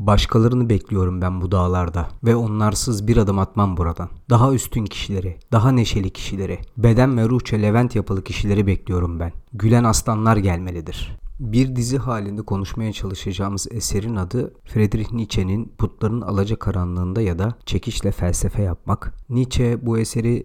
Başkalarını bekliyorum ben bu dağlarda ve onlarsız bir adım atmam buradan. Daha üstün kişileri, daha neşeli kişileri, beden ve ruhça Levent yapılı kişileri bekliyorum ben. Gülen aslanlar gelmelidir. Bir dizi halinde konuşmaya çalışacağımız eserin adı Friedrich Nietzsche'nin Putların Alacakaranlığında ya da Çekişle Felsefe Yapmak. Nietzsche bu eseri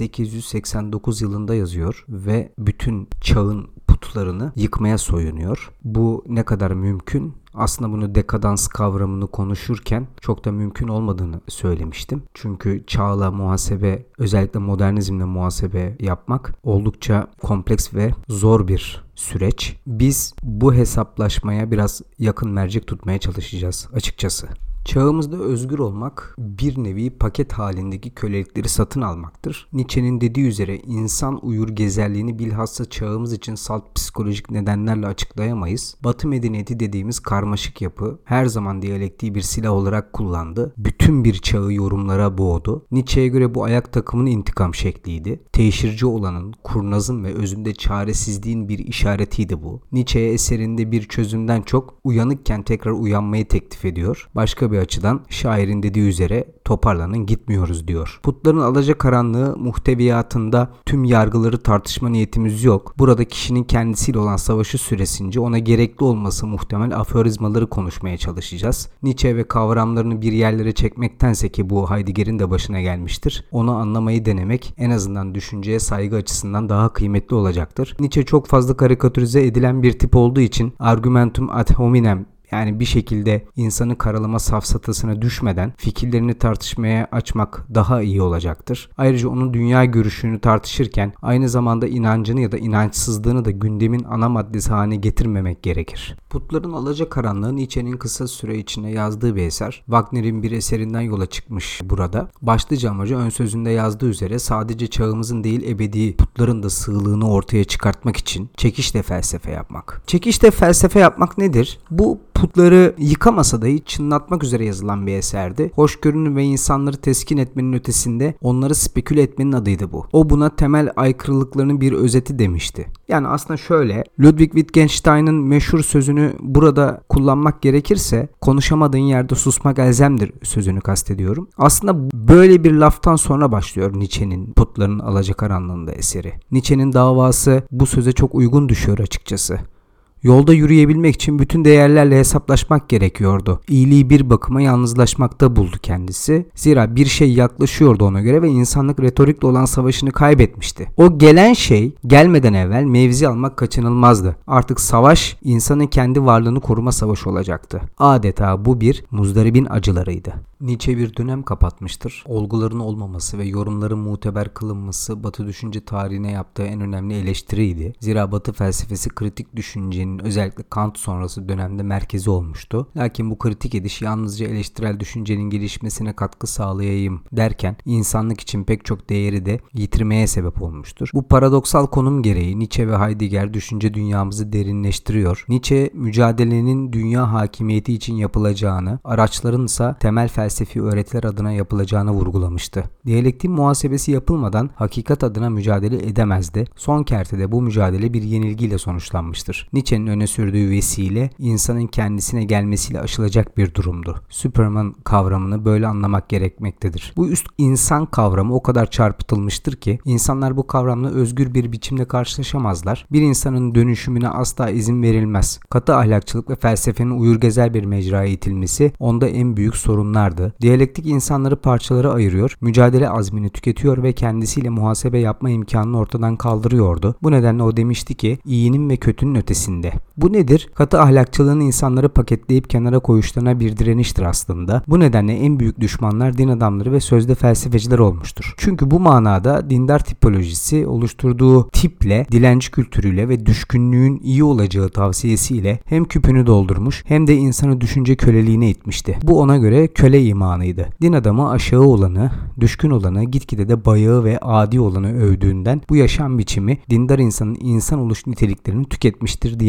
1889 yılında yazıyor ve bütün çağın putlarını yıkmaya soyunuyor. Bu ne kadar mümkün? Aslında bunu dekadans kavramını konuşurken çok da mümkün olmadığını söylemiştim. Çünkü çağla muhasebe, özellikle modernizmle muhasebe yapmak oldukça kompleks ve zor bir süreç. Biz bu hesaplaşmaya biraz yakın mercek tutmaya çalışacağız açıkçası. Çağımızda özgür olmak bir nevi paket halindeki kölelikleri satın almaktır. Nietzsche'nin dediği üzere insan uyur gezerliğini bilhassa çağımız için salt psikolojik nedenlerle açıklayamayız. Batı medeniyeti dediğimiz karmaşık yapı her zaman diyalektiği bir silah olarak kullandı. Bütün bir çağı yorumlara boğdu. Nietzsche'ye göre bu ayak takımın intikam şekliydi. Teşhirci olanın, kurnazın ve özünde çaresizliğin bir işaretiydi bu. Nietzsche'ye eserinde bir çözümden çok uyanıkken tekrar uyanmayı teklif ediyor. Başka bir açıdan şairin dediği üzere toparlanın gitmiyoruz diyor. Putların alacakaranlığı muhteviyatında tüm yargıları tartışma niyetimiz yok. Burada kişinin kendisiyle olan savaşı süresince ona gerekli olması muhtemel aforizmaları konuşmaya çalışacağız. Nietzsche ve kavramlarını bir yerlere çekmektense ki bu Heidegger'in de başına gelmiştir. Onu anlamayı denemek en azından düşünceye saygı açısından daha kıymetli olacaktır. Nietzsche çok fazla karikatürize edilen bir tip olduğu için argumentum ad hominem, yani bir şekilde insanı karalama safsatasına düşmeden fikirlerini tartışmaya açmak daha iyi olacaktır. Ayrıca onun dünya görüşünü tartışırken aynı zamanda inancını ya da inançsızlığını da gündemin ana maddesi haline getirmemek gerekir. Putların Alacakaranlığı Nietzsche'nin kısa süre içinde yazdığı bir eser. Wagner'in bir eserinden yola çıkmış burada. Başlıca amacı ön sözünde yazdığı üzere sadece çağımızın değil ebedi putların da sığlığını ortaya çıkartmak için çekişle felsefe yapmak. Çekişle felsefe yapmak nedir? Bu putları yıkamasa dahi çınlatmak üzere yazılan bir eserdi. Hoşgörünün ve insanları teskin etmenin ötesinde onları speküle etmenin adıydı bu. O buna temel aykırılıklarının bir özeti demişti. Yani aslında şöyle, Ludwig Wittgenstein'ın meşhur sözünü burada kullanmak gerekirse konuşamadığın yerde susmak elzemdir sözünü kastediyorum. Aslında böyle bir laftan sonra başlıyor Nietzsche'nin Putların Alacakaranlığında eseri. Nietzsche'nin davası bu söze çok uygun düşüyor açıkçası. Yolda yürüyebilmek için bütün değerlerle hesaplaşmak gerekiyordu. İyiliği bir bakıma yalnızlaşmakta buldu kendisi. Zira bir şey yaklaşıyordu ona göre ve insanlık retorikle olan savaşını kaybetmişti. O gelen şey gelmeden evvel mevzi almak kaçınılmazdı. Artık savaş insanın kendi varlığını koruma savaşı olacaktı. Adeta bu bir muzdaribin acılarıydı. Nietzsche bir dönem kapatmıştır. Olguların olmaması ve yorumların muteber kılınması Batı düşünce tarihine yaptığı en önemli eleştiriydi. Zira Batı felsefesi kritik düşüncenin özellikle Kant sonrası dönemde merkezi olmuştu. Lakin bu kritik ediş yalnızca eleştirel düşüncenin gelişmesine katkı sağlayayım derken insanlık için pek çok değeri de yitirmeye sebep olmuştur. Bu paradoksal konum gereği Nietzsche ve Heidegger düşünce dünyamızı derinleştiriyor. Nietzsche mücadelenin dünya hakimiyeti için yapılacağını, araçların ise temel felsefi öğretiler adına yapılacağını vurgulamıştı. Diyalektik muhasebesi yapılmadan hakikat adına mücadele edemezdi. Son kertede bu mücadele bir yenilgiyle sonuçlanmıştır. Nietzsche'nin öne sürdüğü vesile insanın kendisine gelmesiyle aşılacak bir durumdu. Superman kavramını böyle anlamak gerekmektedir. Bu üst insan kavramı o kadar çarpıtılmıştır ki insanlar bu kavramla özgür bir biçimde karşılaşamazlar. Bir insanın dönüşümüne asla izin verilmez. Katı ahlakçılık ve felsefenin uyurgezer bir mecraya itilmesi onda en büyük sorunlardı. Diyalektik insanları parçalara ayırıyor, mücadele azmini tüketiyor ve kendisiyle muhasebe yapma imkanını ortadan kaldırıyordu. Bu nedenle o demişti ki iyinin ve kötünün ötesinde. Bu nedir? Katı ahlakçılığın insanları paketleyip kenara koyuşlarına bir direniştir aslında. Bu nedenle en büyük düşmanlar din adamları ve sözde felsefeciler olmuştur. Çünkü bu manada dindar tipolojisi oluşturduğu tiple, dilenci kültürüyle ve düşkünlüğün iyi olacağı tavsiyesiyle hem küpünü doldurmuş hem de insanı düşünce köleliğine itmişti. Bu ona göre köle imanıydı. Din adamı aşağı olanı, düşkün olanı, gitgide de bayağı ve adi olanı övdüğünden bu yaşam biçimi dindar insanın insan oluş niteliklerini tüketmiştir diyebiliriz.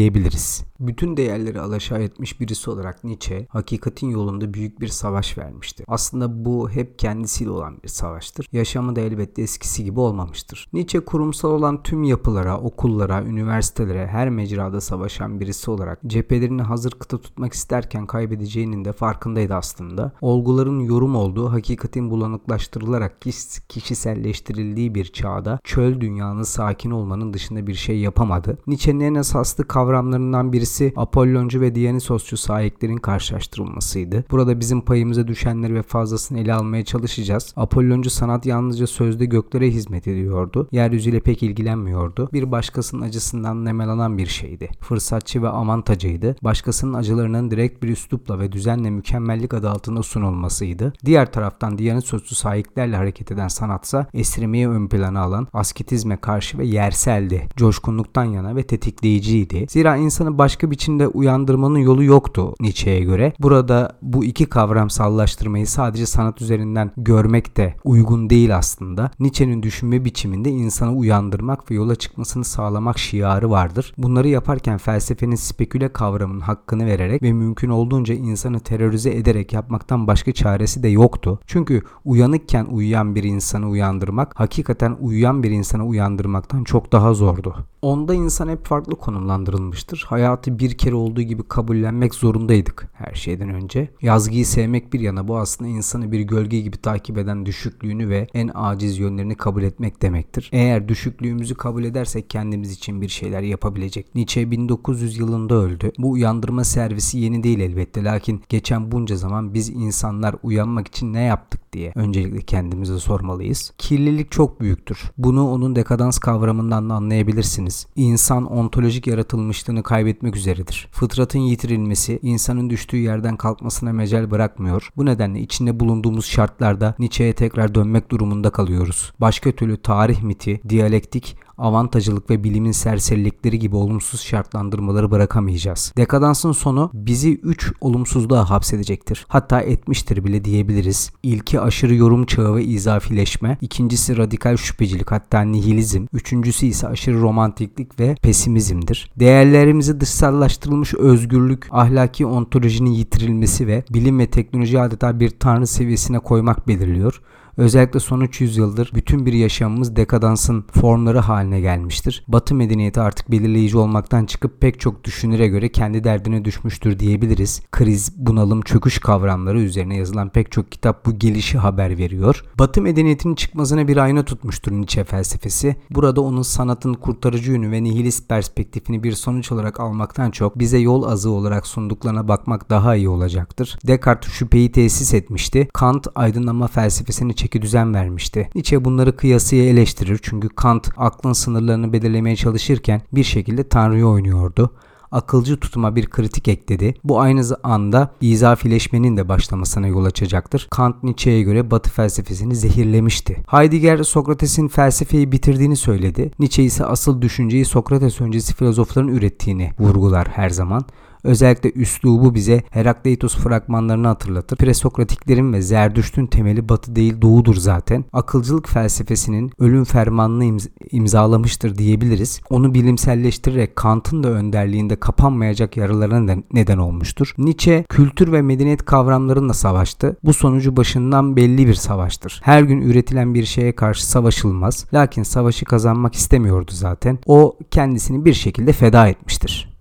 diyebiliriz. Bütün değerleri alaşağı etmiş birisi olarak Nietzsche, hakikatin yolunda büyük bir savaş vermişti. Aslında bu hep kendisiyle olan bir savaştır. Yaşamı da elbette eskisi gibi olmamıştır. Nietzsche kurumsal olan tüm yapılara, okullara, üniversitelere, her mecrada savaşan birisi olarak cephelerini hazır kıta tutmak isterken kaybedeceğinin de farkındaydı aslında. Olguların yorum olduğu, hakikatin bulanıklaştırılarak kişiselleştirildiği bir çağda çöl dünyanın sakin olmanın dışında bir şey yapamadı. Nietzsche'nin en esaslı kavramlarından birisi Apolloncu ve Dionysosçu sahiplerin karşılaştırılmasıydı. Burada bizim payımıza düşenleri ve fazlasını ele almaya çalışacağız. Apolloncu sanat yalnızca sözde göklere hizmet ediyordu. Yeryüzüyle pek ilgilenmiyordu. Bir başkasının acısından nemalanan bir şeydi. Fırsatçı ve avantajıydı. Başkasının acılarının direkt bir üslupla ve düzenle mükemmellik adı altında sunulmasıydı. Diğer taraftan Dionysosçu sahiplerle hareket eden sanatsa esirmeyi ön plana alan, asketizme karşı ve yerseldi. Coşkunluktan yana ve tetikleyiciydi. Zira insanı başka biçimde uyandırmanın yolu yoktu Nietzsche'ye göre. Burada bu iki kavramsallaştırmayı sadece sanat üzerinden görmek de uygun değil aslında. Nietzsche'nin düşünme biçiminde insanı uyandırmak ve yola çıkmasını sağlamak şiarı vardır. Bunları yaparken felsefenin speküle kavramının hakkını vererek ve mümkün olduğunca insanı terörize ederek yapmaktan başka çaresi de yoktu. Çünkü uyanıkken uyuyan bir insanı uyandırmak, hakikaten uyuyan bir insanı uyandırmaktan çok daha zordu. Onda insan hep farklı konumlandırılmıştır. Hayatı bir kere olduğu gibi kabullenmek zorundaydık her şeyden önce. Yazgıyı sevmek bir yana bu aslında insanı bir gölge gibi takip eden düşüklüğünü ve en aciz yönlerini kabul etmek demektir. Eğer düşüklüğümüzü kabul edersek kendimiz için bir şeyler yapabilecek. Nietzsche 1900 yılında öldü. Bu uyandırma servisi yeni değil elbette. Lakin geçen bunca zaman biz insanlar uyanmak için ne yaptık diye öncelikle kendimize sormalıyız. Kirlilik çok büyüktür. Bunu onun dekadans kavramından da anlayabilirsiniz. İnsan ontolojik yaratılmışlığını kaybetmek üzeredir. Fıtratın yitirilmesi insanın düştüğü yerden kalkmasına mecal bırakmıyor. Bu nedenle içinde bulunduğumuz şartlarda Nietzsche'ye tekrar dönmek durumunda kalıyoruz. Başka türlü tarih miti, diyalektik, avantajcılık ve bilimin serserilikleri gibi olumsuz şartlandırmaları bırakamayacağız. Dekadansın sonu bizi 3 olumsuzluğa hapsedecektir. Hatta etmiştir bile diyebiliriz. İlki aşırı yorum çağı ve izafileşme, ikincisi radikal şüphecilik hatta nihilizm, üçüncüsü ise aşırı romantiklik ve pesimizmdir. Değerlerimizi dışsallaştırılmış özgürlük, ahlaki ontolojinin yitirilmesi ve bilim ve teknoloji adeta bir tanrı seviyesine koymak belirliyor. Özellikle son 300 yıldır bütün bir yaşamımız dekadansın formları haline gelmiştir. Batı medeniyeti artık belirleyici olmaktan çıkıp pek çok düşünüre göre kendi derdine düşmüştür diyebiliriz. Kriz, bunalım, çöküş kavramları üzerine yazılan pek çok kitap bu gelişi haber veriyor. Batı medeniyetinin çıkmazına bir ayna tutmuştur Nietzsche felsefesi. Burada onun sanatın kurtarıcı yönü ve nihilist perspektifini bir sonuç olarak almaktan çok bize yol azığı olarak sunduklarına bakmak daha iyi olacaktır. Descartes şüpheyi tesis etmişti. Kant aydınlanma felsefesini çekidüzen vermişti. Nietzsche bunları kıyasıya eleştirir çünkü Kant aklın sınırlarını belirlemeye çalışırken bir şekilde Tanrı'yı oynuyordu. Akılcı tutuma bir kritik ekledi. Bu aynı anda izafileşmenin de başlamasına yol açacaktır. Kant Nietzsche'ye göre Batı felsefesini zehirlemişti. Heidegger Sokrates'in felsefeyi bitirdiğini söyledi. Nietzsche ise asıl düşünceyi Sokrates öncesi filozofların ürettiğini vurgular her zaman. Özellikle üslubu bize Herakleitos fragmanlarını hatırlatır. Presokratiklerin ve Zerdüşt'ün temeli Batı değil Doğu'dur zaten. Akılcılık felsefesinin ölüm fermanını imzalamıştır diyebiliriz. Onu bilimselleştirerek Kant'ın da önderliğinde kapanmayacak yaralarına neden olmuştur. Nietzsche kültür ve medeniyet kavramlarıyla savaştı. Bu sonucu başından belli bir savaştır. Her gün üretilen bir şeye karşı savaşılmaz. Lakin savaşı kazanmak istemiyordu zaten. O kendisini bir şekilde feda etmiştir.